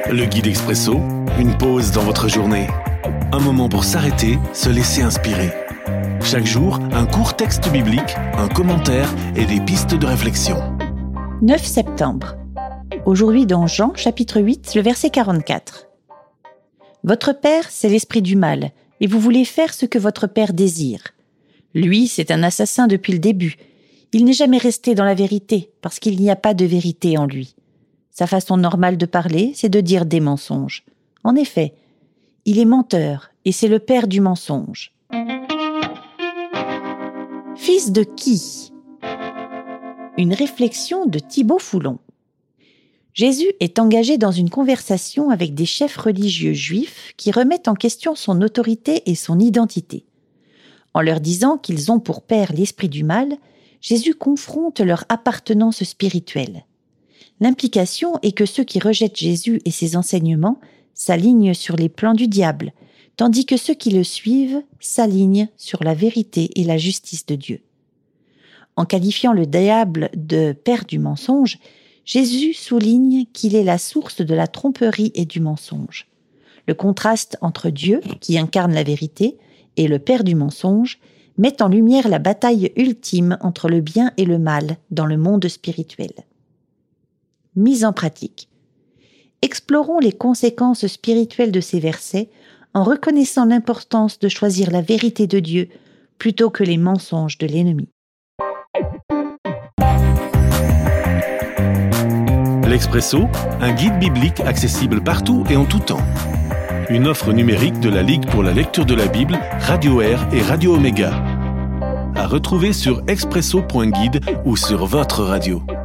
Le guide expresso, une pause dans votre journée. Un moment pour s'arrêter, se laisser inspirer. Chaque jour, un court texte biblique, un commentaire et des pistes de réflexion. 9 septembre. Aujourd'hui dans Jean, chapitre 8, le verset 44. Votre père, c'est l'esprit du mal, et vous voulez faire ce que votre père désire. Lui, c'est un assassin depuis le début. Il n'est jamais resté dans la vérité, parce qu'il n'y a pas de vérité en lui. Sa façon normale de parler, c'est de dire des mensonges. En effet, il est menteur, et c'est le père du mensonge. Fils de qui ? Une réflexion de Thibaut Foulon. Jésus est engagé dans une conversation avec des chefs religieux juifs qui remettent en question son autorité et son identité. En leur disant qu'ils ont pour père l'esprit du mal, Jésus confronte leur appartenance spirituelle. L'implication est que ceux qui rejettent Jésus et ses enseignements s'alignent sur les plans du diable, tandis que ceux qui le suivent s'alignent sur la vérité et la justice de Dieu. En qualifiant le diable de père du mensonge, Jésus souligne qu'il est la source de la tromperie et du mensonge. Le contraste entre Dieu, qui incarne la vérité, et le père du mensonge met en lumière la bataille ultime entre le bien et le mal dans le monde spirituel. Mise en pratique. Explorons les conséquences spirituelles de ces versets en reconnaissant l'importance de choisir la vérité de Dieu plutôt que les mensonges de l'ennemi. L'Expresso, un guide biblique accessible partout et en tout temps. Une offre numérique de la Ligue pour la lecture de la Bible, Radio Air et Radio Omega. À retrouver sur expresso.guide ou sur votre radio.